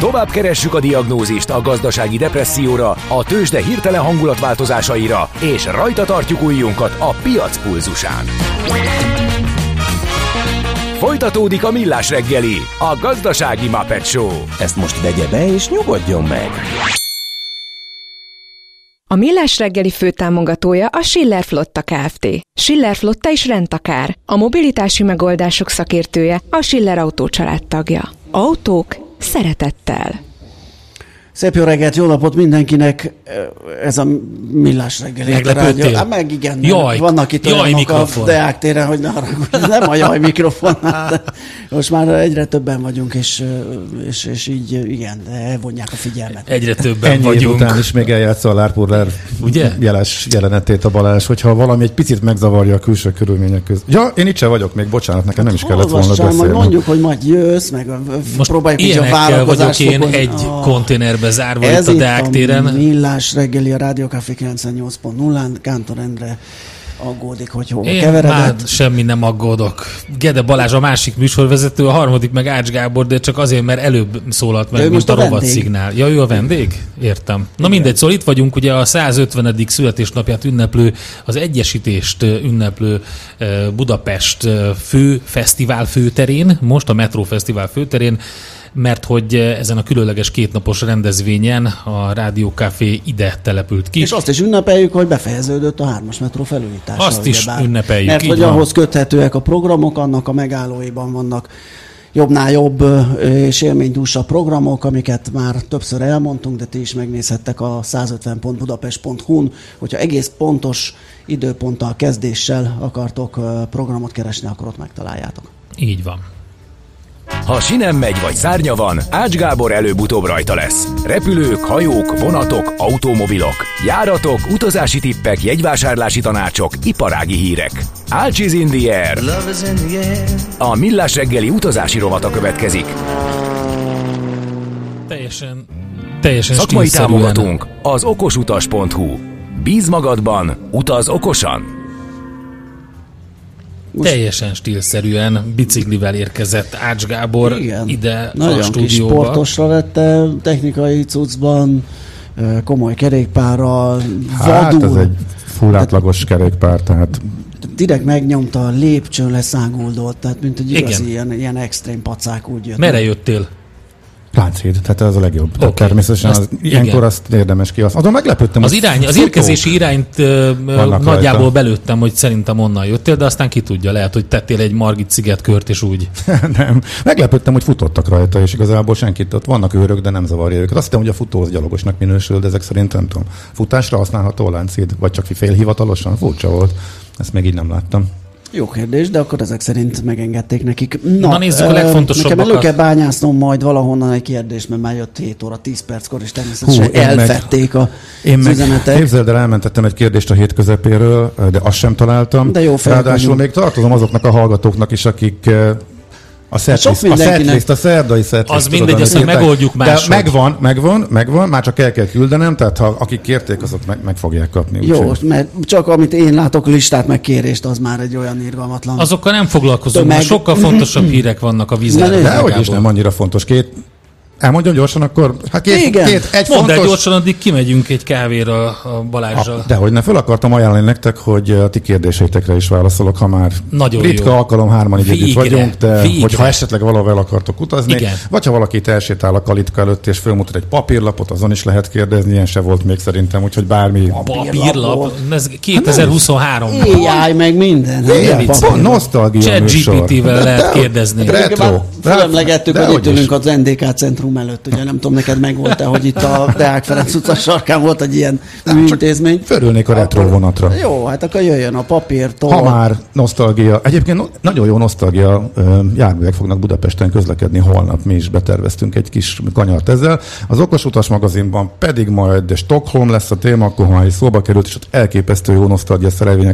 Tovább keressük a diagnózist a gazdasági depresszióra, a tőzsde hirtelen hangulatváltozásaira, és rajta tartjuk ujjunkat a piac pulzusán. Folytatódik a Millás reggeli, a gazdasági Muppet Show. Ezt most vegye be és nyugodjon meg! A Millás reggeli főtámogatója a Schiller Flotta Kft. Schiller Flotta is rendtakár. A mobilitási megoldások szakértője, a Schiller Autó család tagja. Autók szeretettel. Szép jó reggelt, jó napot mindenkinek. Ez a Millás reggeli. Meglepődtél? Meg igen. Jaj, vannak itt olyanok a Deák téren, hogy ne haragudj, nem a jaj mikrofon. Most már egyre többen vagyunk, és így igen, elvonják a figyelmet. Egyre többen ennyi vagyunk. Után is még eljátsza a Lárpurler jelenetét a Balázs, hogyha valami egy picit megzavarja a külső körülmények között. Ja, én itt sem vagyok még, bocsánat, nekem nem is kellett volna beszélni. Majd mondjuk, hogy majd jössz, meg most próbáljuk így a ilyenekkel vagyok én fokozni. egy konténerbe zárva itt a Deák téren. Ez itt a Millás reggeli, a Rádió Café 98.0-án. Kántor Endre aggódik, hogy hova keveredett. Már semmi nem aggódok. Gede Balázs a másik műsorvezető, a harmadik meg Ács Gábor, de csak azért, mert előbb szólalt meg, mint a rovatszignál. Ja, ő a vendég? Értem. Na mindegy, szóval itt vagyunk ugye a 150. születésnapját ünneplő, az Egyesítést ünneplő Budapest fesztivál főterén, most a Metro Fesztivál főterén, mert hogy ezen a különleges kétnapos rendezvényen a Rádió Café ide települt ki. És azt is ünnepeljük, hogy befejeződött a 3-as metró felújítása. Azt is ünnepeljük. Mert hogy ahhoz köthetőek a programok, annak a megállóiban vannak jobbnál jobb és élménydúsabb programok, amiket már többször elmondtunk, de ti is megnézhettek a 150.budapest.hu-n, hogyha egész pontos időponttal, kezdéssel akartok programot keresni, akkor ott megtaláljátok. Így van. Ha sinem megy vagy szárnya van, Ács Gábor előbb-utóbb rajta lesz. Repülők, hajók, vonatok, automobilok, járatok, utazási tippek, jegyvásárlási tanácsok, iparági hírek. Ács is in the air. A Millás reggeli utazási rovata következik. Teljesen szakmai támogatónk az okosutas.hu. Bíz magadban, utaz okosan. Most teljesen stílszerűen biciklivel érkezett Ács Gábor ide nagyon a stúdióba. Kis sportosra vette, technikai cuccban, komoly kerékpárral, hát vadul. ez egy full átlagos kerékpár, tehát direkt megnyomta, a lépcsőn leszáguldolt, tehát mint egy igazi ilyen extrém pacák úgy jött. Merre jöttél? Lánchíd, tehát ez a legjobb. Okay. Természetesen ilyenkor azt érdemes kihasználni. Azon meglepődtem, az érkezési irányt nagyjából belőttem, hogy szerintem onnan jöttél, de aztán ki tudja, lehet, hogy tettél egy Margit szigetkört, és úgy. Nem. Meglepődtem, hogy futottak rajta, és igazából senkit ott vannak őrök, de nem zavarja őket. Azt hittem, hogy a futó az gyalogosnak minősül, de ezek szerint nem tudom. Futásra használható Lánchíd, vagy csak félhivatalosan? Furcsa volt. Ezt még így nem láttam. Jó kérdés, de akkor ezek szerint megengedték nekik. Na nézzük a legfontosabbakat. Nekem elő kell bányásznom majd valahonnan egy kérdést, mert már jött 7 óra 10 perckor, és természetesen elfették az üzenetek. Képzeld el, elmentettem egy kérdést a hét közepéről, de azt sem találtam. De jó fejek. Ráadásul még tartozom azoknak a hallgatóknak is, akik a szerdai setlist. Az mindegy, aztán megoldjuk máshogy. Megvan, már csak el kell küldenem, tehát ha akik kérték, azok meg fogják kapni. Jó, mert csak amit én látok listát, meg kérést, az már egy olyan irgalmatlan. Azokkal nem foglalkozom, sokkal fontosabb hírek vannak a vízzel. Dehogy is nem annyira fontos. Elmondjam gyorsan, akkor... Mondd el gyorsan, addig kimegyünk egy kávéra a Balázsral. Dehogy ne, fel akartam ajánlani nektek, hogy a ti kérdéseitekre is válaszolok, ha már nagyon ritka jó alkalom, 3-an így együtt vagyunk, de hogyha esetleg valahol akartok utazni, vagy ha valaki elsétál a kalitka előtt és fölmutat egy papírlapot, azon is lehet kérdezni, ilyen se volt még szerintem, úgyhogy bármi... Papírlap? Ez 2023. AI meg minden. Nosztalgia műsor. ChatGPT-vel lehet kérdezni. Retro. Felemlegettük, hogy itt ülünk az NDK centrum előtt, ugye nem tudom, neked megvolt-e, hogy itt a Deák Ferenc utca sarkán volt egy ilyen műintézmény. Fölülnék a retro vonatra. Jó, hát akkor jöjjön a papírtól. Ha már nosztalgia, egyébként nagyon jó nosztalgia járművek fognak Budapesten közlekedni holnap, mi is beterveztünk egy kis kanyart ezzel. Az Okos Utas magazinban pedig majd Stockholm lesz a téma, akkor ha már is szóba került, és ott elképesztő jó nosztalgia szerelvények vannak.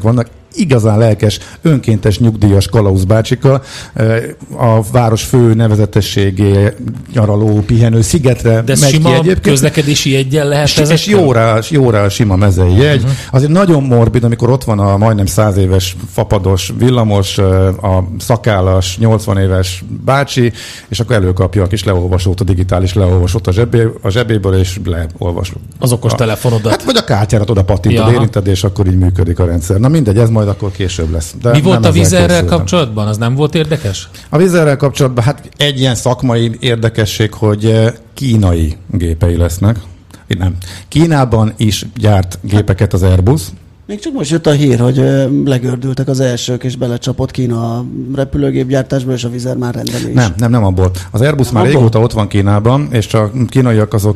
igazán lelkes, önkéntes nyugdíjas kalauzbácsika a város fő nevezetességé nyaraló, pihenő szigetre de megy sima ki egyébként. Közlekedési jeggyel lehet ez? És jó rá sima mezei jegy. Azért nagyon morbid, amikor ott van a majdnem 100 éves fapados villamos, a szakállas 80 éves bácsi, és akkor előkapja a kis leolvasót, a digitális leolvasót a zsebéből, és leolvas. Az okos telefonodat. Hát vagy a kártyárat oda pattintod, érinted, és akkor így működik a rendszer. Na mindegy, ez majd akkor később lesz. De mi volt a Wizerrel kapcsolatban? Az nem volt érdekes? A Wizerrel kapcsolatban hát egy ilyen szakmai érdekesség, hogy kínai gépei lesznek. Nem. Kínában is gyárt gépeket az Airbus. Még csak most jött a hír, hogy legördültek az elsők, és belecsapott Kína a repülőgépgyártásból, és a Wizzer már rendelés. Nem abból. Az Airbus már régóta ott van Kínában, és a kínaiak azok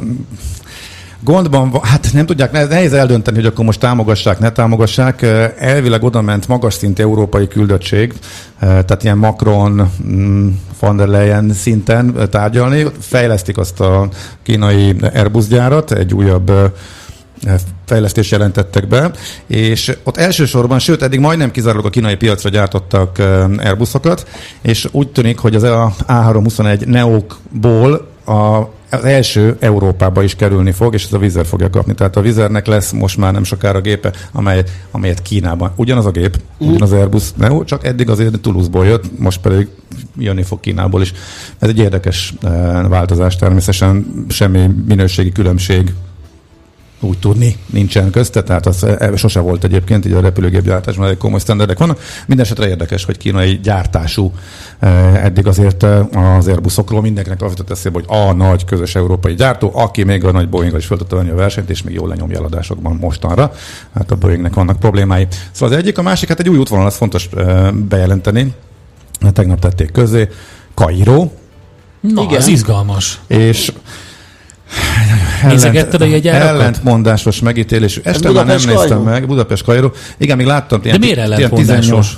gondban van, hát nem tudják, nehéz eldönteni, hogy akkor most támogassák, ne támogassák. Elvileg oda ment magas szintű európai küldöttség, tehát ilyen Macron, von der Leyen szinten tárgyalni. Fejlesztik azt a kínai Airbus gyárat, egy újabb fejlesztést jelentettek be, és ott elsősorban, sőt eddig majdnem kizárólag a kínai piacra gyártottak Airbusokat, és úgy tűnik, hogy az A321 Neokból az első Európába is kerülni fog, és ez a Wizzer fogja kapni. Tehát a Wizernek lesz most már nem sokára gépe, amelyet Kínában. Ugyanaz a gép, ugyanaz Airbus Neo, csak eddig azért Toulouse-ból jött, most pedig jönni fog Kínából is. Ez egy érdekes változás, természetesen semmi minőségi különbség úgy tudni nincsen közte, tehát az sose volt egyébként, így a repülőgépgyártásban egy komoly sztenderdek vannak. Mindenesetre érdekes, hogy kínai gyártású eddig azért az Airbusokról mindenkinek azt eszébe, hogy a nagy közös európai gyártó, aki még a nagy Boeing-gal is fel tudta venni a versenyt, és még jól lenyomja eladásokban mostanra. Hát a Boeingnek vannak problémái. Szóval az egyik, a másik, hát egy új útvonal, az fontos bejelenteni. Tegnap tették közzé. Kairó. Na, igen. Ez izgalmas. És nézegetted a jegyárakat? Ellentmondásos megítélésű. Este már nem néztem meg. Budapest Kairó. Igen, még láttam. De miért ellentmondásos?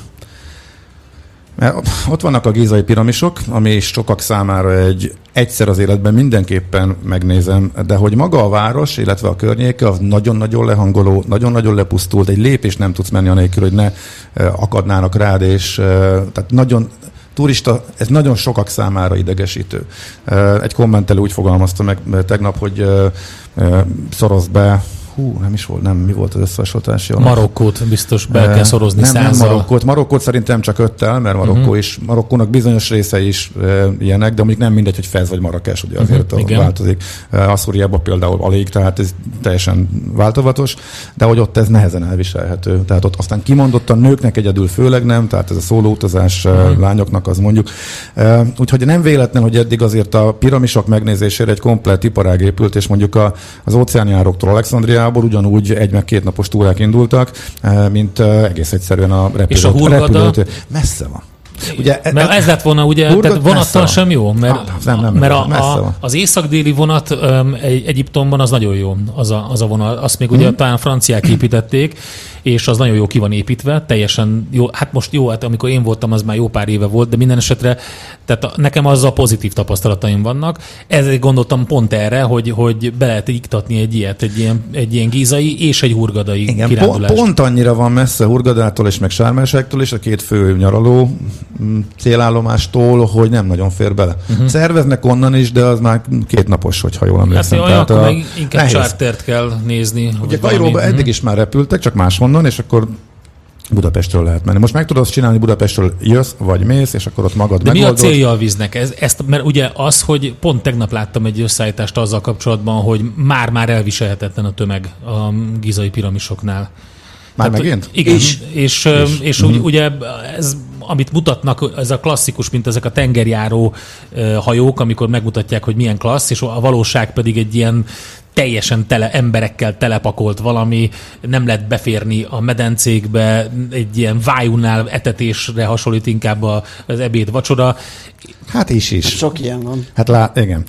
Mert ott vannak a gízai piramisok, ami is sokak számára egyszer az életben mindenképpen megnézem, de hogy maga a város, illetve a környéke, az nagyon-nagyon lehangoló, nagyon-nagyon lepusztult, egy lépést nem tudsz menni anélkül, hogy ne akadnának rád, és tehát nagyon turista, ez nagyon sokak számára idegesítő. Egy kommentelő úgy fogalmazta meg tegnap, hogy szorozd be, mi volt az összehasonlítási alap? Marokkót biztos be kell szorozni 100-al. Nem Marokkót szerintem csak 5-tel, mert Marokkónak bizonyos részei is ilyenek, de mondjuk nem mindegy, hogy Fez vagy Marrakes, ugye azért változik. Asszúriában például alig, tehát ez teljesen változatos, de hogy ott ez nehezen elviselhető. Tehát ott aztán kimondottan nőknek egyedül főleg nem, tehát ez a szólóutazás lányoknak az mondjuk. Úgyhogy nem véletlen, hogy eddig azért a piramisok megnézésére egy komplett iparág épült, és mondjuk az óceánjáróktól Alexandria ugyanúgy 1 meg 2 napos túrák indultak, mint egész egyszerűen a repülőt. És a Hurgada? Messze van. Ugye, mert ez lett volna, ugye, tehát vonattal sem jó, mert az észak-déli vonat Egyiptomban az nagyon jó, az a vonal. Azt még ugye talán a franciák építették, és az nagyon jó ki van építve, teljesen jó. Hát most jó, hát amikor én voltam, az már jó pár éve volt, de minden esetre, tehát nekem azzal pozitív tapasztalataim vannak. Ezért gondoltam pont erre, hogy be lehet iktatni egy ilyet, egy ilyen gízai és egy hurgadai kirándulás. Pont annyira van messze Hurgadától és meg Sármelségtől és a 2 fő nyaraló célállomástól, hogy nem nagyon fér bele. Szerveznek onnan is, de az már 2 napos, hogyha jól emlékszem. Hát akkor meg inkább chartert kell nézni. Ugye Kairóba eddig is már repültek, csak máshonnan, és akkor Budapestről lehet menni. Most meg tudod azt csinálni, hogy Budapestről jössz, vagy mész, és akkor ott magad megoldod. De mi a célja a víznek? Mert ugye az, hogy pont tegnap láttam egy összeállítást azzal kapcsolatban, hogy már elviselhetetlen a tömeg a gízai piramisoknál. Már megint? Igen. És ugye ez, amit mutatnak, ez a klasszikus, mint ezek a tengerjáró hajók, amikor megmutatják, hogy milyen klassz, és a valóság pedig egy ilyen teljesen emberekkel telepakolt valami, nem lehet beférni a medencékbe, egy ilyen vájúnál etetésre hasonlít inkább az ebéd vacsora. Hát is. Hát sok ilyen van. Hát igen.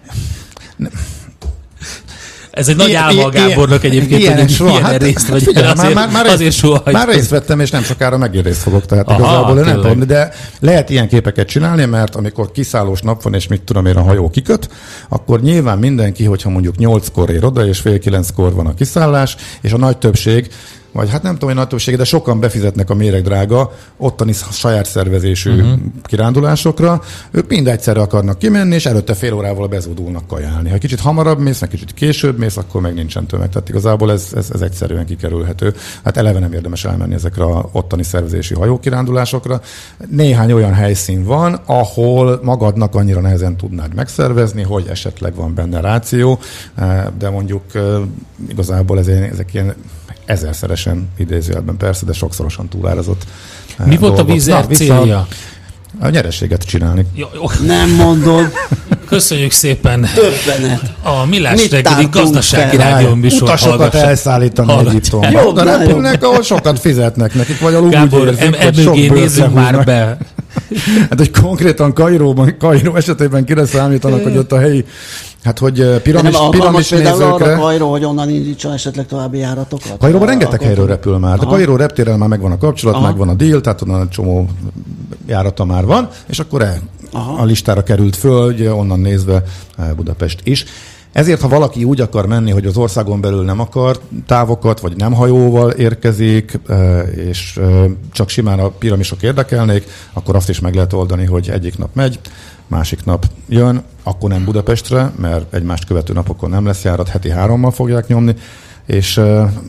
Ez egy nagy álma a Gábornak egyébként, hogy ilyen részt vagy. Azért soha. Már részt vettem, és nem sokára megint részt fogok, tehát igazából nem tudom, de lehet ilyen képeket csinálni, mert amikor kiszállós nap van, és mit tudom én, a hajó kiköt, akkor nyilván mindenki, hogyha mondjuk 8-kor ér oda, és fél 9-kor van a kiszállás, és a nagy többség vagy hát nem tudom, hogy nagy többsége, de sokan befizetnek a méregdrága ottani saját szervezésű kirándulásokra. Ők mind egyszerre akarnak kimenni, és előtte fél órával bezódulnak kajálni. Ha kicsit hamarabb mész, meg kicsit később mész, akkor meg nincsen tömeg. Tehát igazából ez egyszerűen kikerülhető. Hát eleve nem érdemes elmenni ezekre a ottani szervezési hajókirándulásokra. Néhány olyan helyszín van, ahol magadnak annyira nehezen tudnád megszervezni, hogy esetleg van benne ráció, de mondjuk igazából ezek ilyen ezerszeresen idézőjelben persze, de sokszorosan túlárazott. Mi volt a vízer célja? A nyerességet csinálni. Nem mondod. Köszönjük szépen. Többenet. A Millás reggeli gazdasági rádió műsor utasokat elszállítani Egyiptomba. Oda repülnek, ahol sokat fizetnek nekik, vagy alul Gábor, úgy érzik, hogy sok nézzünk már be. Hát, hogy konkrétan Kairó esetében kire számítanak, hogy ott a helyi, hát, hogy piramis nézőkre. Arra Kairó, hogy onnan indítson esetleg további járatokat? Kairóban rengeteg helyről repül már. De Kairó reptérrel már megvan a kapcsolat, megvan a deal, tehát onnan egy csomó járata már van, és akkor a listára került föl, ugye onnan nézve Budapest is. Ezért, ha valaki úgy akar menni, hogy az országon belül nem akar távokat, vagy nem hajóval érkezik, és csak simán a piramisok érdekelnék, akkor azt is meg lehet oldani, hogy egyik nap megy, másik nap jön, akkor nem Budapestre, mert egymást követő napokon nem lesz járat, heti 3-mal fogják nyomni, és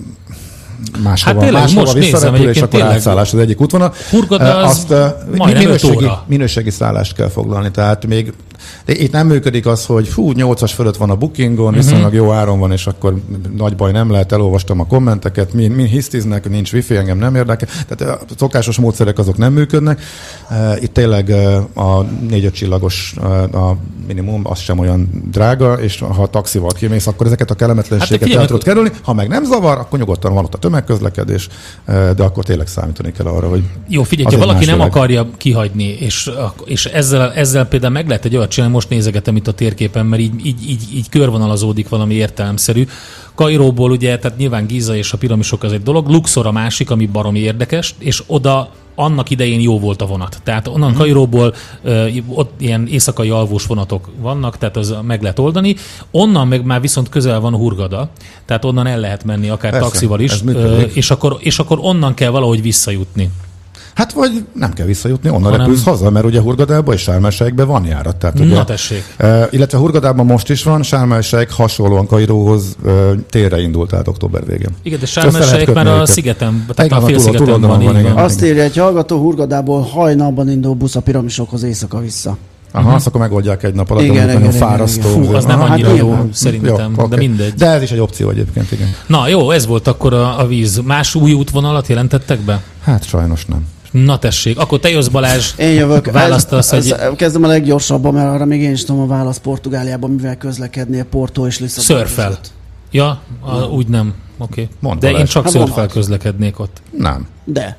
máshova visszarepül, és akkor átszállás az egyik útvonal. Hurgada az minőségi szállást kell foglalni, tehát még itt nem működik az, hogy 8-as fölött van a bookingon, viszonylag jó áron van, és akkor nagy baj nem lehet, elolvastam a kommenteket, mi hisztiznek, nincs wifi, engem nem érdekel, tehát a szokásos módszerek azok nem működnek. Itt tényleg a 4-5 csillagos a minimum, az sem olyan drága, és ha taxival kimész, akkor ezeket a kellemetlenségeket el tudod kerülni. Ha meg nem zavar, akkor nyugodtan van ott a tömegközlekedés, de akkor tényleg számítani kell arra, hogy... Jó, figyelj, ha valaki nem akarja kihagyni, és ezzel például meg lehet egy olyat csinálni, most nézegetem itt a térképen, mert így körvonalazódik valami értelemszerű. Kairóból ugye, tehát nyilván Giza és a piramisok az egy dolog, Luxor a másik, ami baromi érdekes, és oda annak idején jó volt a vonat. Tehát onnan Kairóból ott ilyen éjszakai alvós vonatok vannak, tehát az meg lehet oldani. Onnan meg már viszont közel van a Hurgada, tehát onnan el lehet menni akár persze, taxival is, és akkor onnan kell valahogy visszajutni. Hát vagy nem kell visszajutni, onnan repülsz haza, mert ugye Hurgadában és Sharm el-Sheikben van járat. Tehát, ugye, tessék. Illetve Hurgadában most is van, Sharm el-Sheikh hasonlóan Kairóhoz térre indult át október végén. Igen, de Sharm el-Sheikh már a szigeten, tehát a félszigeten van. Igen. Azt írja egy hallgató, Hurgadából hajnalban indul busz a piramisokhoz éjszaka vissza. Azt akkor megoldják egy nap alatt, nagyon fárasztó. Fú, az nem annyira jó, szerintem, jó, de mindegy. De ez is egy opció egyébként, igen. Na jó, ez volt akkor a víz. Más új útvonalat jelentettek be? Hát sajnos nem. Na tessék, akkor te jössz, Balázs. Én jövök. Választasz kezdem a leggyorsabban, mert arra még én is tudom a válasz Portugáliában, mivel közlekednél Porto és Lisszabon. Szörfel. Ja, úgy nem. Oké. De Balázs. Én csak szörfel közlekednék ott. Nem. De.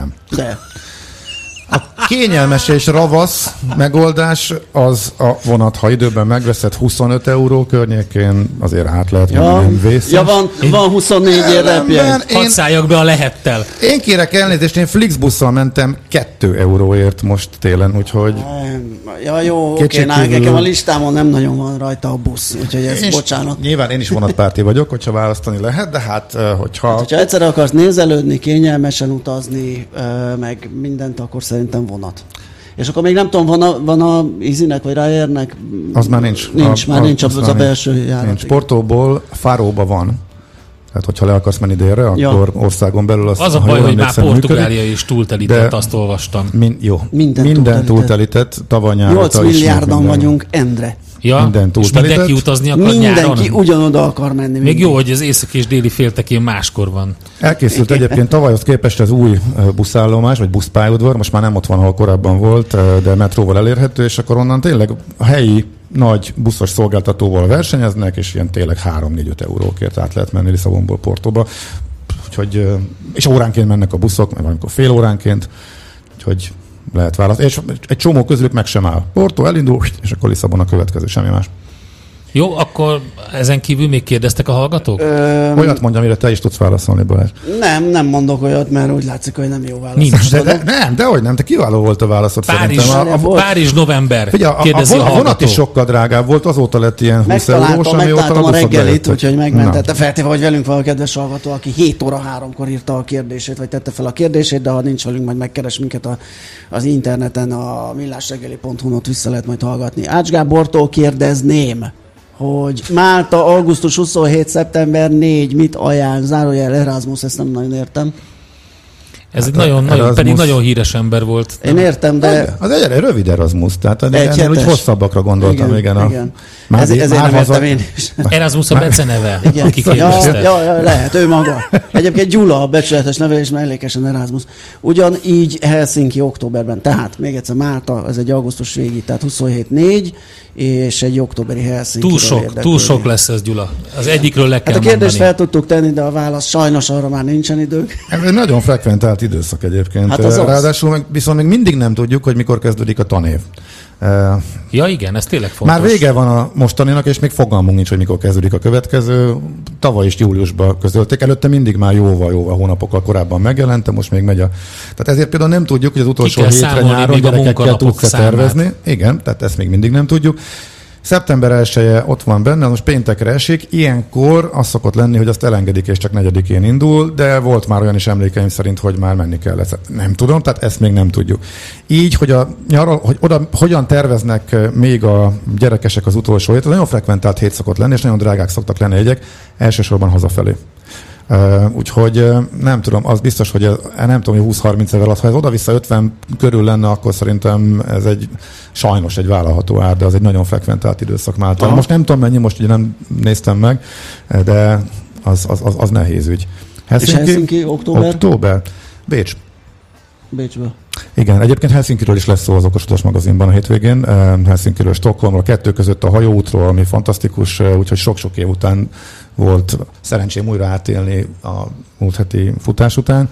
A kényelmes és ravasz megoldás az a vonat, ha időben megveszed 25 euró környékén, azért át lehet menni, vészes. Ja, van 24 repjegy. Hadd szálljak be a lehettel. Én kérek elnézést, én Flixbusszal mentem 2 euróért most télen, úgyhogy... Ja, jó, oké, nekem a listámon nem nagyon van rajta a busz, úgyhogy ez bocsánat. Nyilván én is vonatpárti vagyok, hogyha választani lehet, de hát, hogyha egyszerre akarsz nézelődni, kényelmesen utazni, meg mindent, akkor szerintem vonat. És akkor még nem tudom, van a Easynek vagy Ryanairnek? Az már nincs. Nincs az a belső járat. Nincs. Portóból Fáróba van. Tehát, hogyha le akarsz menni délre, akkor országon belül az a baj, hogy már Portugália is túltelített, azt olvastam. Minden túltelített, tavaly nyáron. 8 milliárdan vagyunk, Endre. Ja, és mindenki utazni akar nyáron? Mindenki ugyanoda akar menni. Még jó, hogy az északi és déli féltekén máskor van. Elkészült egyébként tavalyhoz képest az új buszállomás, vagy buszpályaudvar, most már nem ott van, ahol korábban volt, de metróval elérhető, és akkor onnan tényleg a helyi nagy buszos szolgáltatóval versenyeznek, és ilyen tényleg 3-4-5 eurókért át lehet menni Lisszabonból Portóba. Úgyhogy, és óránként mennek a buszok, vagy valamikor fél óránként, úgyhogy lehet választani. És egy csomó közülük meg sem áll. Porto elindul, és akkor Lisszabon a következő, semmi más. Jó, akkor ezen kívül még kérdeztek a hallgatók? Olyat mondja, amire te is tudsz válaszolni, Balázs. Nem mondok olyat, mert úgy látszik, hogy nem jó válasz. Nincs. Dehogy nem, te kiváló volt a válaszod szerintem. Párizs, november. A vonat is sokkal drágább volt, azóta lett ilyen 20 eurós, megtaláltam a reggelit, úgyhogy megmentette. Feltéve, hogy velünk van a kedves hallgató, aki 7 óra 3-kor írta a kérdését, vagy tette fel a kérdését, de ha nincs velünk, majd megkeres minket az interneten, a millásreggeli.hu-n, ott vissza lehet majd hallgatni. Ács Gábortól kérdezném, hogy Málta, augusztus 27, szeptember 4, mit ajánl? Zárójel Erasmus, ezt nem nagyon értem. Ez egy pedig nagyon híres ember volt. Én értem, de... Az egy rövid Erasmus, tehát ennél úgy hosszabbakra gondoltam, igen. Ezért nem értem én is. Erasmus a beceneve, aki kérdezte. Ja, lehet, ő maga. Egyébként Gyula a becsületes neve, és mellékesen Erasmus. Ugyanígy Helsinki októberben, tehát még egyszer Málta, ez egy augusztus végi, tehát 27-4, és egy októberi Helsinki. Túl sok lesz ez, Gyula. Az egyikről le kell mondani. A kérdést fel tudtuk tenni, de a válasz sajnos arra már nincsen időnk. Ez egy nagyon frekventált időszak egyébként. Hát ráadásul viszont még mindig nem tudjuk, hogy mikor kezdődik a tanév. Ja igen, ez tényleg fontos. Már vége van a mostaninak, és még fogalmunk nincs, hogy mikor kezdődik a következő. Tavaly is júliusban közölték, előtte mindig már jóval hónapokkal korábban megjelentem, most még megy Tehát ezért például nem tudjuk, hogy az utolsó hétre nyáron gyerekekkel tudsz tervezni. Igen, tehát ezt még mindig nem tudjuk. Szeptember 1-e ott van benne, most péntekre esik, ilyenkor az szokott lenni, hogy azt elengedik, és csak 4-én indul, de volt már olyan is emlékeim szerint, hogy már menni kell. Nem tudom, tehát ezt még nem tudjuk. Így, hogy hogy oda hogyan terveznek még a gyerekesek az utolsó hét, az nagyon frekventált hét szokott lenni, és nagyon drágák szoktak lenni jegyek, elsősorban hazafelé. Úgyhogy nem tudom, az biztos, hogy nem tudom, hogy 20-30 év alatt, ha ez oda-vissza 50 körül lenne, akkor szerintem ez sajnos egy vállalható ár, de az egy nagyon frekventált időszak Máltán. Most nem tudom mennyi, most ugye nem néztem meg, de az nehéz ügy. Helsinki október? Október. Bécsből. Igen, egyébként Helsinkiről is lesz szó az Okos Utas magazinban a hétvégén. Helsinkiről, Stockholmról, a kettő között a hajóútról, ami fantasztikus, úgyhogy sok-sok év után volt szerencsém újra átélni a múlt heti futás után.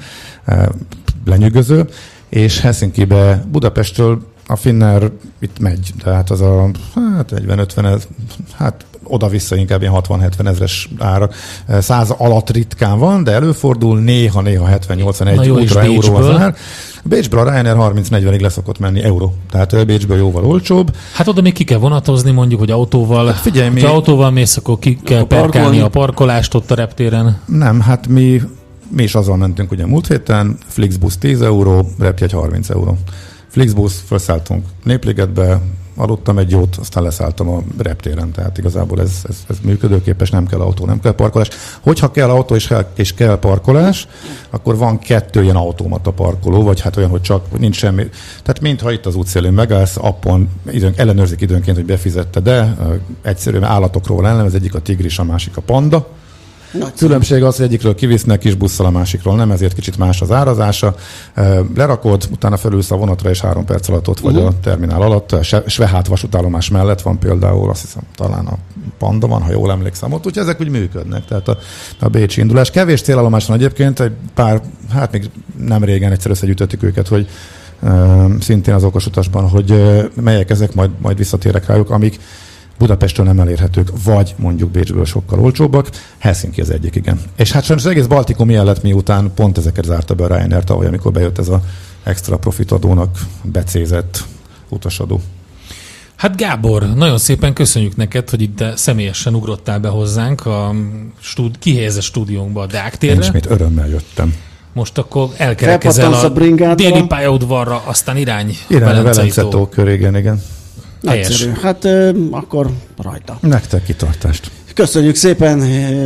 Lenyűgöző. És Helsinkibe Budapesttől a Finnair itt megy, tehát az a 40-50, oda-vissza inkább ilyen 60-70 ezres árak. 100 alatt ritkán van, de előfordul, néha 70-81 útra euró az ár. Bécsből a Ryanair 30-40-ig leszokott menni euró. Tehát Bécsből jóval olcsóbb. Hát oda még ki kell vonatozni, mondjuk, hogy autóval. Hát figyelj, ha autóval mész, akkor ki kell perkálni a parkolást ott a reptéren. Nem, hát mi is azzal mentünk ugye múlt héten, Flixbus 10 euró, repjegy 30 euró. Flixbus, felszálltunk Népligetbe, aludtam egy jót, aztán leszálltam a reptéren, tehát igazából ez működőképes, nem kell autó, nem kell parkolás. Hogyha kell autó és kell parkolás, akkor van 2 ilyen automata parkoló, vagy hát olyan, hogy csak nincs semmi. Tehát mintha itt az útszélén megállsz, appon ellenőrzik időnként, hogy befizette, de egyszerűen állatokról ellen, az egyik a tigris, a másik a panda. Különbség az, hogy egyikről kivisznek kis busszal, a másikról nem, ezért kicsit más az árazása. Lerakod, utána felülsz a vonatra, és 3 perc alatt ott vagy a terminál alatt. Svehát vasútállomás mellett van például, azt hiszem talán a Panda van, ha jól emlékszem ott, úgyhogy ezek úgy működnek. Tehát a bécsi indulás. Kevés célállomás van egyébként, egy pár, még nem régen egyszer összegyűjtöttük őket, hogy szintén az Okos Utasban, hogy melyek ezek, majd visszatérek rájuk, amik Budapestről nem elérhetők, vagy mondjuk Bécsből sokkal olcsóbbak. Helsinki az egyik, igen. És hát sajnos az egész Baltikum ilyen lett, miután pont ezeket zárta be a Ryanair tavaly, amikor bejött ez a extra profitadónak becézett utasadó. Hát Gábor, nagyon szépen köszönjük neked, hogy itt személyesen ugrottál be hozzánk a kihelyezett stúdiónkba, a Deák térre. Én ismét örömmel jöttem. Most akkor elkerekezel a déli pályaudvarra, aztán irány a Velence-tó köré, igen. Nagyszerű. Hát akkor rajta. Nektek kitartást. Köszönjük szépen.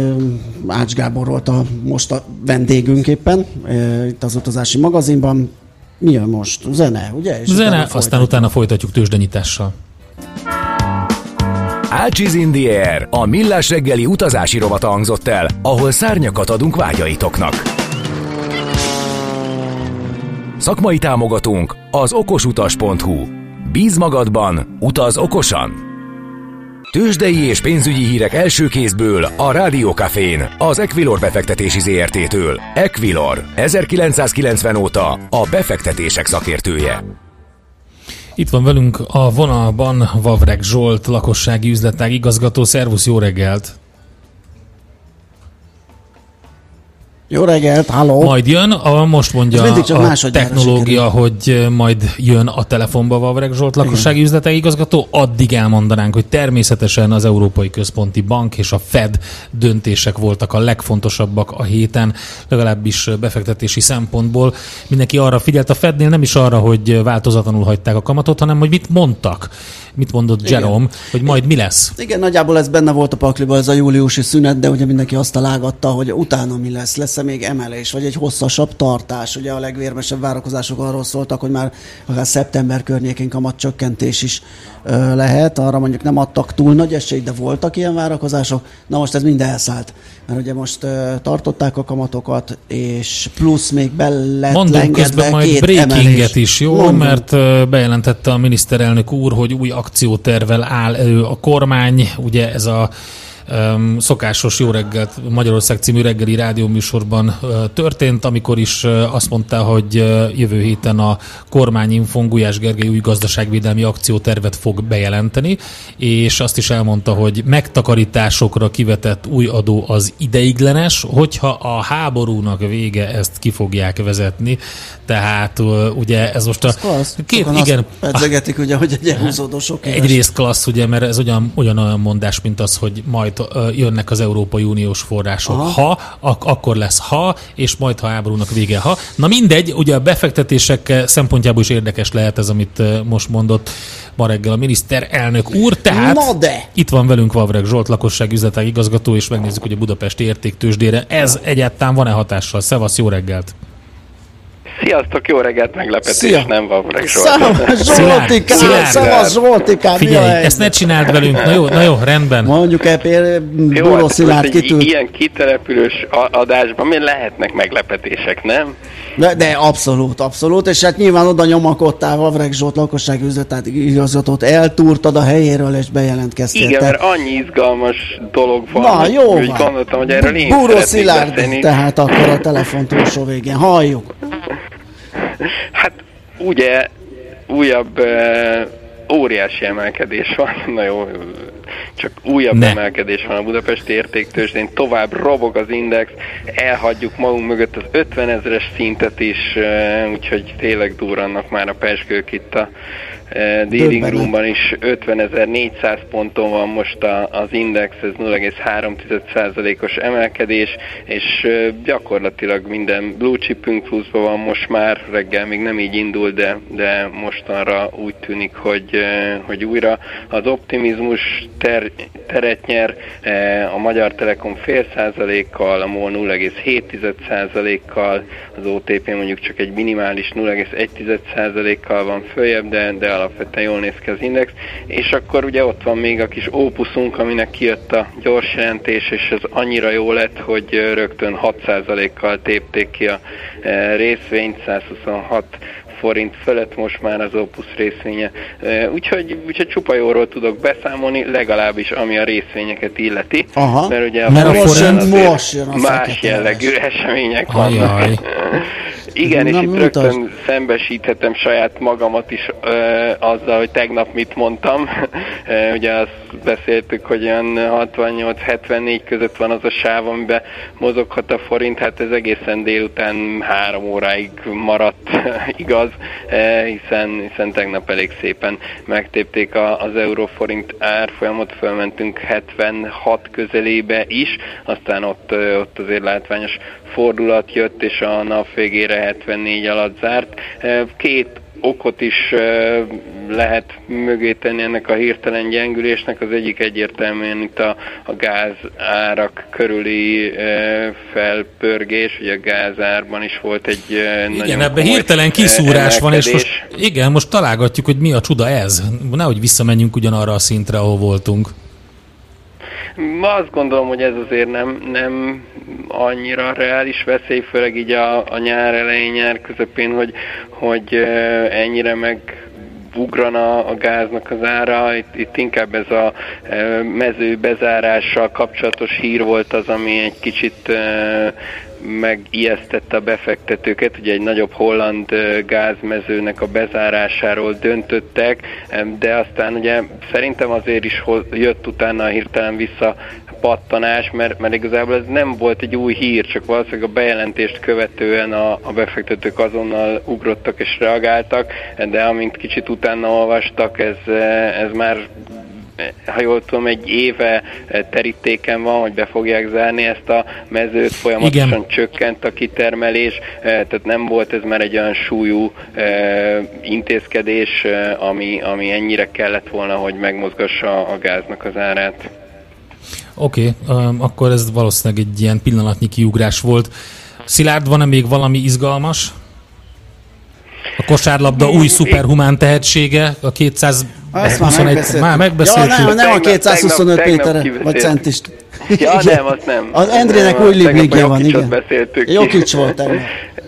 Ács Gábor volt most a vendégünk éppen itt az utazási magazinban. Mi jön most? Zene, ugye? És zene, aztán utána folytatjuk tőzsdenyitással. Ácsiz in the Air, a millás reggeli utazási rovata hangzott el, ahol szárnyakat adunk vágyaitoknak. Szakmai támogatónk az okosutas.hu. Bíz magadban, utaz okosan! Tőzsdei és pénzügyi hírek első kézből a Rádió Cafén, az Equilor befektetési ZRT-től. Equilor, 1990 óta a befektetések szakértője. Itt van velünk a vonalban Vavreg Zsolt, lakossági üzletág igazgató. Szervusz, jó reggelt! Jó reggelt, halló! Majd jön, most mondja a technológia, hogy majd jön a telefonba Vavreg Zsolt, lakossági üzletág igazgató. Addig elmondanánk, hogy természetesen az Európai Központi Bank és a Fed döntések voltak a legfontosabbak a héten, legalábbis befektetési szempontból. Mindenki arra figyelt, a Fednél nem is arra, hogy változatlanul hagyták a kamatot, hanem hogy mit mondtak. Mit mondott Jerome, hogy majd mi lesz? Igen, nagyjából ez benne volt a pakliban, ez a júliusi szünet, de ugye mindenki azt találgatta, hogy utána mi lesz. Lesz-e még emelés, vagy egy hosszasabb tartás? Ugye a legvérmesebb várakozások arról szóltak, hogy már akár szeptember környékén kamatcsökkentés is lehet. Arra mondjuk nem adtak túl nagy esélyt, de voltak ilyen várakozások. Na most ez mind elszállt. Mert ugye most tartották a kamatokat, és plusz még be lett mondom közben majd breakinget is, jó? Mondom. Mert bejelentette a miniszterelnök úr, hogy új akciótervvel áll elő a kormány. Ugye ez a szokásos Jó reggelt Magyarország című reggeli rádióműsorban történt, amikor is azt mondta, hogy jövő héten a kormányinfón Gulyás Gergely új gazdaságvédelmi akciótervet fog bejelenteni, és azt is elmondta, hogy megtakarításokra kivetett új adó az ideiglenes, hogyha a háborúnak vége, ezt ki fogják vezetni. Tehát ugye ez most a... Igen, pedzegetik ugye, hogy egy elhúzódó sok éves. Egyrészt klassz, ugye, mert ez ugyanolyan mondás, mint az, hogy majd jönnek az Európai Uniós források. Aha. Akkor lesz és majd ha háborúnak vége, Na mindegy, ugye a befektetések szempontjából is érdekes lehet ez, amit most mondott ma reggel a miniszterelnök úr. Tehát itt van velünk Vavreg Zsolt, lakossági üzletág igazgató, és megnézzük, hogy a budapesti értéktőzsdére ez egyáltalán van-e hatással. Szevasz, jó reggelt! Sziasztok, jó reggelt, meglepetés, Szia. Nem Vavreg Zsolt. Szevasz Zsoltikám! Figyelj, ezt ne csináld velünk, na jó, rendben. Mondjuk Bóró Szilárd kitűnt. Ilyen kitelepülős adásban miért lehetnek meglepetések, nem? De abszolút, és hát nyilván oda nyomakodtál Vavreg Zsolt, lakossági üzletág igazgatót, eltúrtad a helyéről és bejelentkeztél. Igen, mert annyi izgalmas dolog van, na, jó hogy gondoltam, hogy erről én Bóró Szilárd, tehát akkor a telefon túlsó végén. Halljuk! Hát ugye újabb óriási emelkedés van, na jó, csak újabb emelkedés van a budapesti értéktőzsdén, tovább robog az index, elhagyjuk magunk mögött az 50 000-es szintet is, úgyhogy tényleg durrannak már a pezsgők itt a dealing roomban is. 50.400 ponton van most az index, ez 0,3%-os emelkedés, és gyakorlatilag minden blue chipünk pluszban van most már, reggel még nem így indul, de mostanra úgy tűnik, hogy újra az optimizmus teret nyer, a Magyar Telekom 0,5%-kal, a MOL 0,7%-kal, az OTP mondjuk csak egy minimális 0,1%-kal van följebb, de alapvetően jól néz ki az index, és akkor ugye ott van még a kis ópuszunk, aminek kijött a gyors jelentés, és ez annyira jó lett, hogy rögtön 6%-kal tépték ki a részvényt, 126 forint fölött most már az Opus részvénye. Úgyhogy csupa jóról tudok beszámolni, legalábbis ami a részvényeket illeti. Aha, mert ugye a forint más jellegű események vannak. Igen, és itt rögtön szembesíthetem saját magamat is azzal, hogy tegnap mit mondtam. Ugye azt beszéltük, hogy olyan 68-74 között van az a sáv, amiben mozoghat a forint, hát ez egészen délután 3 óráig maradt igaz, hiszen tegnap elég szépen megtépték az euró-forint árfolyamot, fölmentünk 76 közelébe is, aztán ott azért látványos fordulat jött, és a nap végére 74 alatt zárt. Két okot is lehet mögé tenni ennek a hirtelen gyengülésnek. Az egyik egyértelműen itt a gáz árak körüli felpörgés, ugye a gázárban is volt egy nagyon ebben hirtelen kiszúrás van, és most találgatjuk, hogy mi a csuda ez. Nehogy visszamenjünk ugyanarra a szintre, ahol voltunk. Azt gondolom, hogy ez azért nem annyira reális veszély, főleg így a nyár elején, nyár közepén, hogy ennyire ugrana a gáznak az ára, itt inkább ez a mező bezárással kapcsolatos hír volt az, ami egy kicsit megijesztette a befektetőket. Ugye egy nagyobb holland gázmezőnek a bezárásáról döntöttek, de aztán ugye szerintem azért is jött utána hirtelen vissza pattanás, mert igazából ez nem volt egy új hír, csak valószínűleg a bejelentést követően a befektetők azonnal ugrottak és reagáltak, de amint kicsit utána olvastak, ez már, ha jól tudom, egy éve terítéken van, hogy be fogják zárni ezt a mezőt, folyamatosan igen, csökkent a kitermelés, tehát nem volt ez már egy olyan súlyú intézkedés, ami ennyire kellett volna, hogy megmozgassa a gáznak az árát. Oké, akkor ez valószínűleg egy ilyen pillanatnyi kiugrás volt. Szilárd, van-e még valami izgalmas? A kosárlabda új szuperhumán tehetsége, a 221... Már megbeszéltük. Ja, nem a 225 Péterre, vagy centist. Ja, nem, azt nem. Az Endrének új libligje van, igen. Jokic volt tegnap.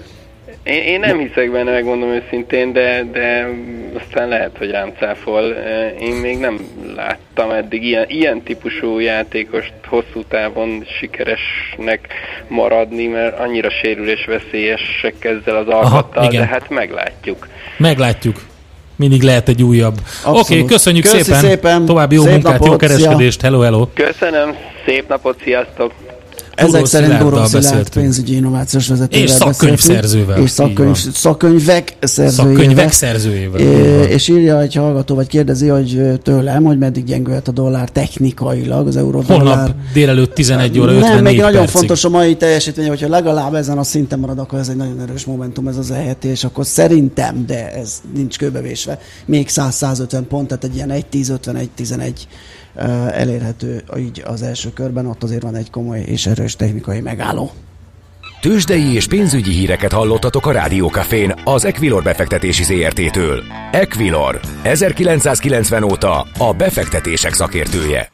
Én nem hiszek benne, megmondom őszintén, de aztán lehet, hogy rám cáfol. Én még nem láttam eddig ilyen típusú játékost hosszú távon sikeresnek maradni, mert annyira sérülésveszélyesek ezzel az alkattal, de hát meglátjuk. Mindig lehet egy újabb. Oké, köszönjük szépen. További jó munkát, napot, jó kereskedést. Hello. Köszönöm, szép napot, sziasztok. Ezek szerint Boró Szilárd pénzügyi innovációs vezetővel és szakkönyvszerzővel. És szakkönyvek szerzőjével. És írja egy hallgató, vagy kérdezi, hogy tőlem, hogy meddig gyengülhet a dollár technikailag, az euró-dollár. Holnap délelőtt 11 óra 54 percig. Nagyon fontos a mai teljesítmény, hogyha legalább ezen a szinten marad, akkor ez egy nagyon erős momentum, ez az EHT, és akkor szerintem, de ez nincs kőbevésve, még 100-150 pont, tehát egy ilyen 1-10-51-11 elérhető így az első körben, ott azért van egy komoly és erős technikai megálló. Tőzsdei és pénzügyi híreket hallottatok a Rádió Cafén az Equilor befektetési ZRT-től. Equilor, 1990 óta a befektetések szakértője.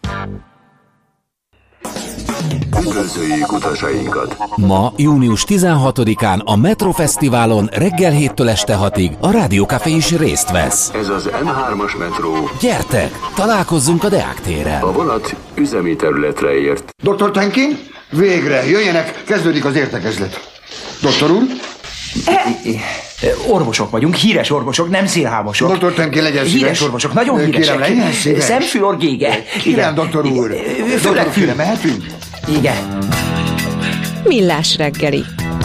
Üdvözöljük utasainkat! Ma, június 16-án a Metro Fesztiválon reggel 7-től este 6-ig a Rádió Café is részt vesz. Ez az M3-as metró. Gyertek, találkozzunk a Deák téren. A vonat üzemi területre ért. Dr. Tenkin, végre, jöjjenek, kezdődik az értekezlet. Doktor úr? Orvosok vagyunk, híres orvosok, nem szélhámosok. Dr. Tenkin, legyen szíves. Híres orvosok, nagyon híresek. Kérem, legyen szíves. Szemfül, gége. Kérem, doktor úr. Főleg fülre mehetünk? Igen. Millás reggeli.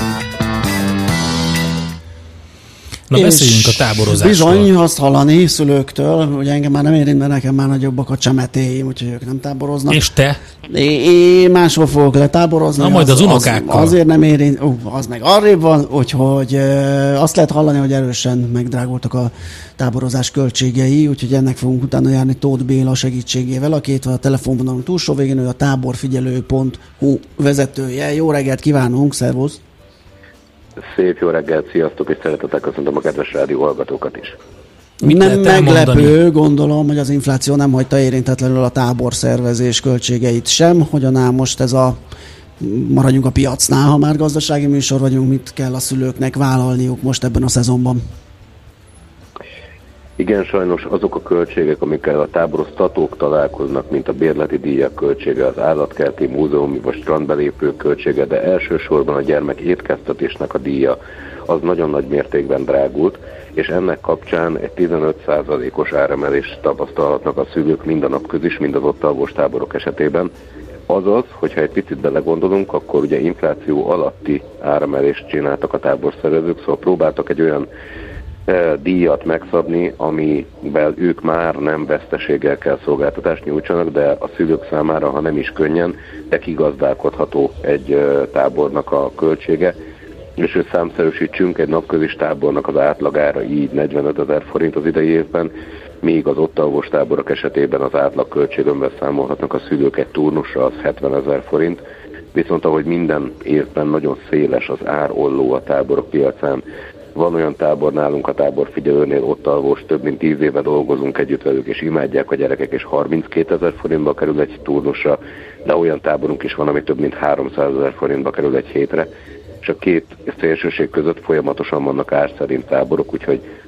Na, beszéljünk a táborozásról. Bizony, azt hallani szülőktől, hogy engem már nem érint, mert nekem már nagyobbak a csemetéim, úgyhogy ők nem táboroznak. És te? Én máshol fogok letáborozni. Na, majd az unokákkal. Azért nem érint, az meg arrébb van, úgyhogy azt lehet hallani, hogy erősen megdrágultak a táborozás költségei, úgyhogy ennek fogunk utána járni Tóth Béla segítségével, aki itt van a telefonvonalunk túlsó végén, ő a táborfigyelő.hu vezetője. Jó reggelt kívánunk, szervusz! Szép jó reggelt, sziasztok, és szeretettel köszöntöm a kedves rádió hallgatókat is. Nem meglepő, gondolom, hogy az infláció nem hagyta érintetlenül a táborszervezés költségeit sem. Hogyan áll most ez maradjunk a piacnál, ha már gazdasági műsor vagyunk, mit kell a szülőknek vállalniuk most ebben a szezonban? Igen, sajnos azok a költségek, amikkel a táboroztatók találkoznak, mint a bérleti díjak költsége, az állatkerti, múzeumi vagy strandbelépők költsége, de elsősorban a gyermek étkeztetésnek a díja, az nagyon nagy mértékben drágult, és ennek kapcsán egy 15%-os áremelést tapasztalhatnak a szülők mind a napközis, mind az ott alvós táborok esetében. Azaz, hogyha egy picit belegondolunk, akkor ugye infláció alatti áremelést csináltak a táborszervezők, szóval próbáltak egy olyan díjat megszabni, amivel ők már nem veszteséggel kell szolgáltatást nyújtsanak, de a szülők számára, ha nem is könnyen, de kigazdálkodható egy tábornak a költsége. És hogy számszerűsítsünk, egy napközis tábornak az átlagára így 45 000 forint az idei évben, míg az ott alvós táborok esetében az átlagköltségönben számolhatnak a szülők egy turnusra, az 70 000 forint. Viszont ahogy minden évben nagyon széles az árolló a táborok piacán, van olyan tábor nálunk a táborfigyelőnél, ott alvós, több mint 10 éve dolgozunk együtt velük, és imádják a gyerekek, és 32 000 forintba kerül egy turnusra, de olyan táborunk is van, ami több mint 300 000 forintba kerül egy hétre, és a két szélsőség között folyamatosan vannak ár szerint táborok, úgyhogy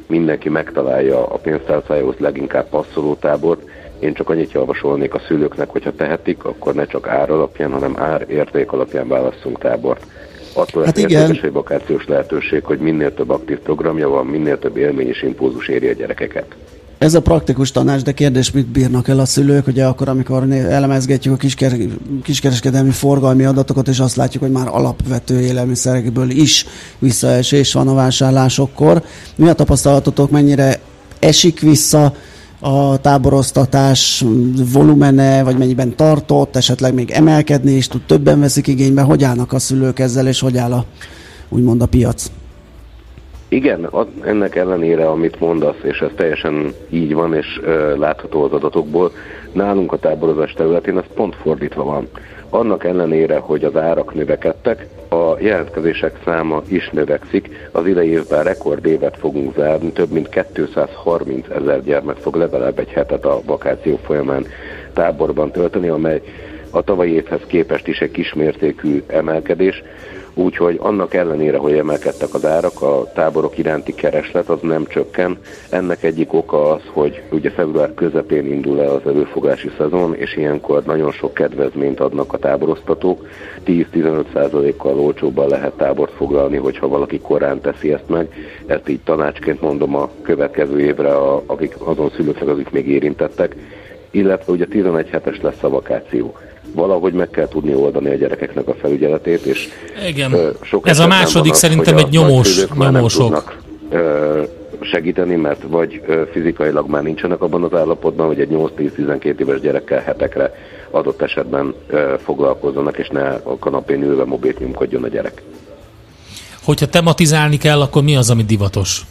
mindenki megtalálja a pénztárcájához leginkább passzoló tábort. Én csak annyit javasolnék a szülőknek, hogyha tehetik, akkor ne csak ár alapján, hanem ár-érték alapján válasszunk tábort. Attól lesz értékes egy vakációs lehetőség, hogy minél több aktív programja van, minél több élmény és impulzus éri a gyerekeket. Ez a praktikus tanács, de kérdés, mit bírnak el a szülők, ugye akkor, amikor elemezgetjük a kiskereskedelmi forgalmi adatokat, és azt látjuk, hogy már alapvető élelmiszerekből is visszaesés van a vásárlásokkor. Mi a tapasztalatotok, mennyire esik vissza a táboroztatás volumene, vagy mennyiben tartott, esetleg még emelkedni is tud, többen veszik igénybe, hogy állnak a szülők ezzel, és hogy áll úgymond a piac? Igen, ennek ellenére, amit mondasz, és ez teljesen így van, és látható az adatokból, nálunk a táborozás területén ez pont fordítva van. Annak ellenére, hogy az árak növekedtek, a jelentkezések száma is növekszik. Az idei évben rekordévet fogunk zárni, több mint 230 000 gyermek fog legalább egy hetet a vakáció folyamán táborban tölteni, amely a tavalyi évhez képest is egy kismértékű emelkedés. Úgyhogy annak ellenére, hogy emelkedtek az árak, a táborok iránti kereslet az nem csökken. Ennek egyik oka az, hogy ugye február közepén indul el az előfogási szezon, és ilyenkor nagyon sok kedvezményt adnak a táboroztatók. 10-15%-kal olcsóbban lehet tábort foglalni, hogyha valaki korán teszi ezt meg. Ezt így tanácsként mondom a következő évre, akik azon szülőknek, akik még érintettek. Illetve ugye 11 hetes lesz a vakáció. Valahogy meg kell tudni oldani a gyerekeknek a felügyeletét, és igen. Ez a második szerintem egy nyomósok. Segíteni, mert vagy fizikailag már nincsenek abban az állapotban, hogy egy 8-10-12 éves gyerekkel hetekre adott esetben foglalkozzanak, és ne a kanapén ülve mobilt nyomkodjon a gyerek. Hogyha tematizálni kell, akkor mi az, ami divatos?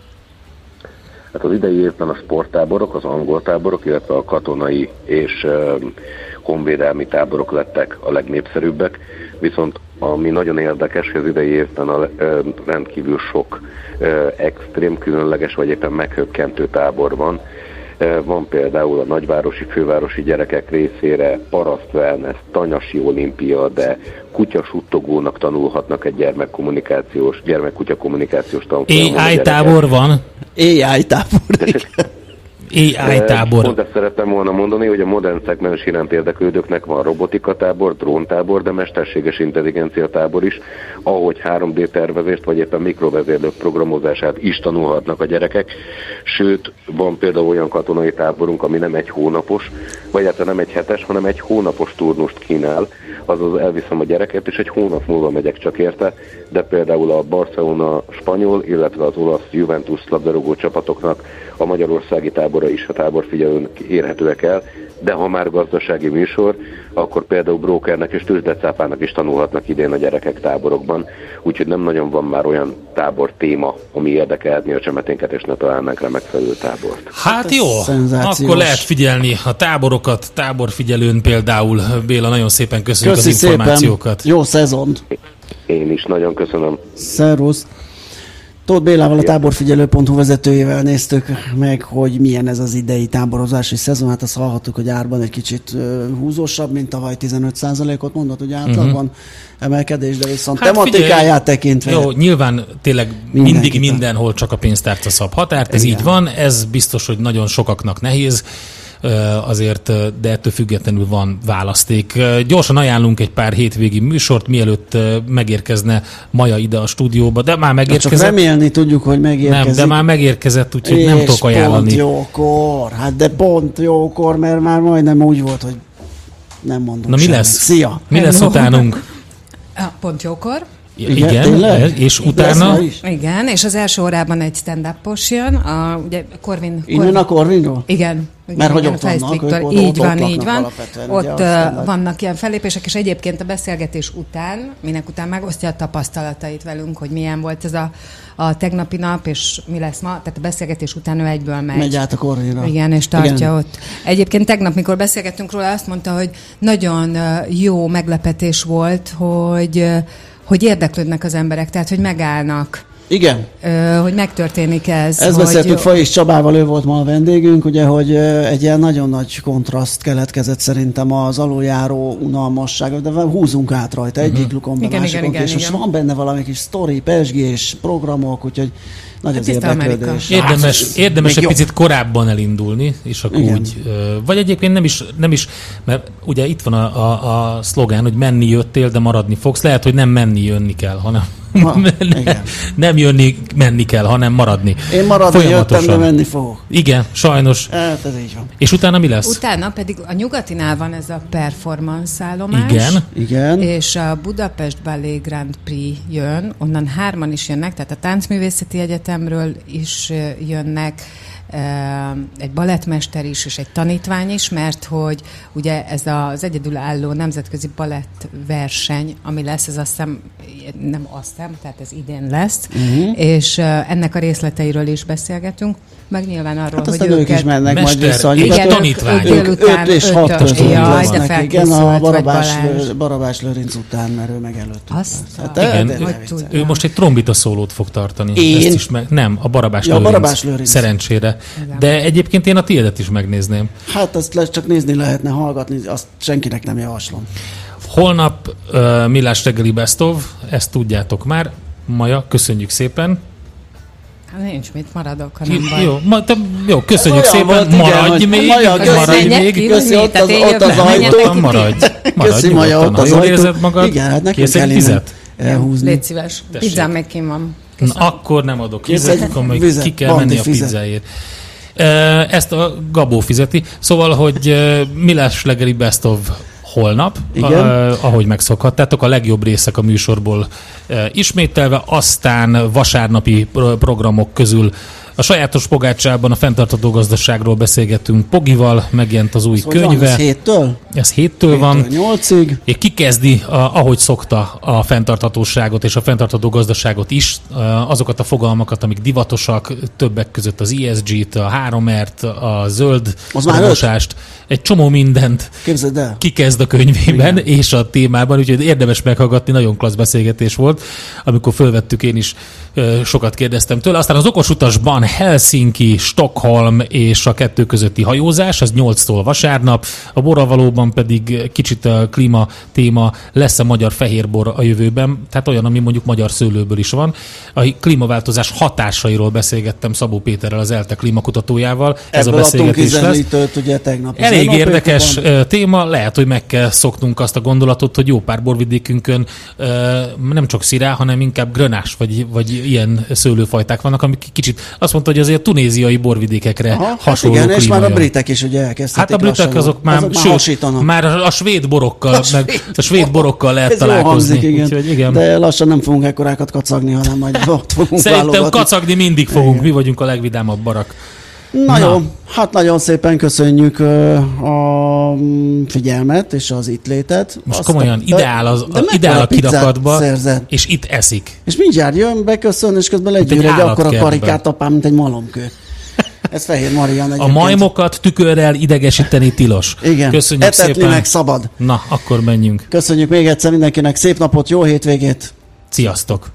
Hát az idei évben a sporttáborok, az angol táborok, illetve a katonai és honvédelmi táborok lettek a legnépszerűbbek, viszont ami nagyon érdekes, hogy az idei évben a rendkívül sok extrém, különleges vagy éppen meghökkentő tábor van. Van például a nagyvárosi, fővárosi gyerekek részére paraszt wellness, tanyasi olimpia, de kutyasuttogónak tanulhatnak egy gyermekkutya kommunikációs tanfolyamon. AI tábor van? AI tábor. AI tábor. Pont ezt szerettem volna mondani, hogy a modern szegmens iránt érdeklődőknek van robotika tábor, dróntábor, de mesterséges intelligencia tábor is, ahogy 3D tervezést, vagy éppen mikrovezérlők programozását is tanulhatnak a gyerekek. Sőt, van például olyan katonai táborunk, ami nem egy hónapos, vagy hát nem egy hetes, hanem egy hónapos turnust kínál, azaz elviszem a gyereket, és egy hónap múlva megyek csak érte, de például a Barcelona spanyol, illetve az olasz Juventus labdarúgó csapatoknak a magyarországi tábora is a táborfigyelőn érhetőek el, de ha már gazdasági műsor, akkor például brókernek és tőzsdecápának is tanulhatnak idén a gyerekek táborokban, úgyhogy nem nagyon van már olyan tábor téma, ami érdekelhetné a csemeténket, és ne találnánk rá megfelelő tábort. Hát jó, akkor lehet figyelni a táborokat, táborfigyelőn például. Béla, nagyon szépen köszönjük az információkat. Jó szezont! Én is nagyon köszönöm. Szervusz! Tóth Bélával, a táborfigyelő.hu vezetőjével néztük meg, hogy milyen ez az idei táborozási szezon. Hát azt hallhattuk, hogy árban egy kicsit húzósabb, mint tavaly 15%-ot mondott, hogy átlagban emelkedés, de viszont hát tematikáját tekintve. Jó, nyilván tényleg mindig mindenhol csak a pénztárca szab határt, ez így van, ez biztos, hogy nagyon sokaknak nehéz. Azért, de ettől függetlenül van választék. Gyorsan ajánlunk egy pár hétvégi műsort, mielőtt megérkezne Maja ide a stúdióba, de már megérkezett. Csak remélni tudjuk, hogy megérkezik. Nem, de már megérkezett, úgyhogy nem tudok ajánlani. Pont jókor, hát de pont jókor, mert már majdnem úgy volt, hogy nem mondom. Na mi lesz? Szia! Mi lesz utánunk? Pont jókor. Igen, és utána? Igen, és az első órában egy stand-up-os jön, ugye Corvin. Innen a Corvinról? Igen. Mert hogy ott vannak, így van. Ott vannak ilyen fellépések, és egyébként a beszélgetés után, minek után megosztja a tapasztalatait velünk, hogy milyen volt ez a tegnapi nap, és mi lesz ma. Tehát a beszélgetés után ő egyből megy át a Corvinra. Igen, és tartja ott. Egyébként tegnap, mikor beszélgettünk róla, azt mondta, hogy nagyon jó meglepetés volt, hogy érdeklődnek az emberek, tehát hogy megállnak. Igen. Hogy megtörténik ez. Ezt beszéltük Fajis Csabával, ő volt ma a vendégünk, ugye, hogy egy ilyen nagyon nagy kontraszt keletkezett szerintem az aluljáró unalmasság, de húzunk át rajta egyik lukon be másikon, és most van benne valami kis sztori, pesgés, programok, úgyhogy nagy az érdeklődés. Érdemes egy picit korábban elindulni, és akkor úgy, vagy egyébként nem is, mert ugye itt van a szlogán, hogy menni jöttél, de maradni fogsz. Lehet, hogy nem jönni kell, hanem nem menni kell, hanem maradni. Én maradni jöttem, de menni fogok. Igen, sajnos. Hát ez így van. És utána mi lesz? Utána pedig a Nyugatinál van ez a performance állomás. Igen. És a Budapest Ballet Grand Prix jön, onnan 3-an is jönnek, tehát a Táncművészeti Egyetemről is jönnek, egy balettmester is, és egy tanítvány is, mert hogy ugye ez az egyedülálló nemzetközi balettverseny, ami lesz, ez tehát ez idén lesz, és ennek a részleteiről is beszélgetünk, meg nyilván arról, hogy ők is mennek majd vissza. Igen, tanítvány. 5 és 6 között lesznek. Igen, a Barabás Lőrinc után, mert ő meg előtt. Ő most egy trombita szólót fog tartani. Ezt is nem, a Barabás Lőrinc. Szerencsére. De egyébként én a tiédet is megnézném. Hát azt csak nézni lehetne, hallgatni, azt senkinek nem javaslom. Holnap Millás reggeli Best of, ezt tudjátok már. Maja, köszönjük szépen. Hát nincs mit, maradok, ha nem baj. Jó, köszönjük szépen, maradj még. Köszi, ott az ajtó. Maradj Maja, ott az ajtó. Jól érzed magad? Igen, hát nekünk kell innen elhúzni. Légy szíves, pizzám meg kim van. Na, akkor nem adok vizet, akkor ki kell menni a pizzáért. Ezt a Gabó fizeti. Szóval, hogy Millás reggeli Best of holnap, ahogy megszokhattátok, a legjobb részek a műsorból ismételve, aztán vasárnapi programok közül a sajátos pogácsában a fenntartható gazdaságról beszélgettünk Pogival, megjelent az új könyve. Ez 7-től van. 8-ig. És kikezdi, ahogy szokta, a fenntarthatóságot és a fenntartható gazdaságot is, azokat a fogalmakat, amik divatosak, többek között az ESG-t, a 3R-t, a zöld mosást, egy csomó mindent kikezd a könyvében és a témában, úgyhogy érdemes meghallgatni, nagyon klassz beszélgetés volt, amikor fölvettük, én is sokat kérdeztem tőle. Aztán az okos utasban Helsinki, Stockholm és a 2 közötti hajózás, az 8-tól vasárnap, a borravalóban pedig kicsit a klíma téma, lesz a magyar fehérbor a jövőben, tehát olyan, ami mondjuk magyar szőlőből is van. A klímaváltozás hatásairól beszélgettem Szabó Péterrel, az ELTE klímakutatójával. Ez a beszélgetés lesz. Ugye, tegnap elég érdekes téma, lehet, hogy meg kell szoknunk azt a gondolatot, hogy jó pár borvidékünkön nem csak szirá, hanem inkább grönás, vagy ilyen szőlőfajták vannak, amik kicsit azt mondta, hogy azért tunéziai borvidékekre hasonló klíma. És már a britek is ugye elkezdhetik. Hát a britek azok már a svéd borokkal, a svéd borokkal lehet találkozni. Hangzik, úgyhogy, igen. De lassan nem fogunk ekkorákat kacagni, hanem majd ott fogunk Szerintem válogatni. kacagni mindig fogunk, igen. Mi vagyunk a legvidámabb barak. Na jó, hát nagyon szépen köszönjük a figyelmet és az itt létet. Most komolyan, ideál a kirakatba, és itt eszik. És mindjárt jön, beköszön, és közben legyűr egy akkora karikát apám, mint egy malomkő. Ez Fehér Marian egyébként. A majmokat tükörrel idegesíteni tilos. Igen, köszönjük szépen. meg szabad. Na, akkor menjünk. Köszönjük még egyszer mindenkinek, szép napot, jó hétvégét. Sziasztok.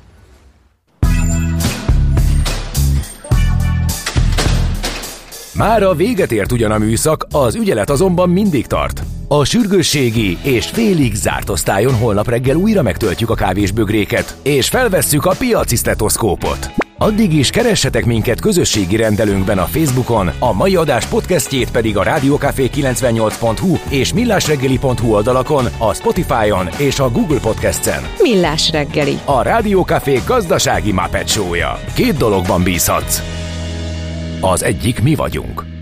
Mára véget ért ugyan a műszak, az ügyelet azonban mindig tart. A sürgősségi és félig zárt osztályon holnap reggel újra megtöltjük a kávésbögréket, és felvesszük a piaci sztetoszkópot. Addig is keressetek minket közösségi rendelőnkben a Facebookon, a mai adás podcastjét pedig a rádiókafé98.hu és millásreggeli.hu oldalakon, a Spotify-on és a Google Podcast-en. Millás reggeli. A Rádiókafé gazdasági Muppet Show-ja. 2 dologban bízhatsz. Az egyik mi vagyunk.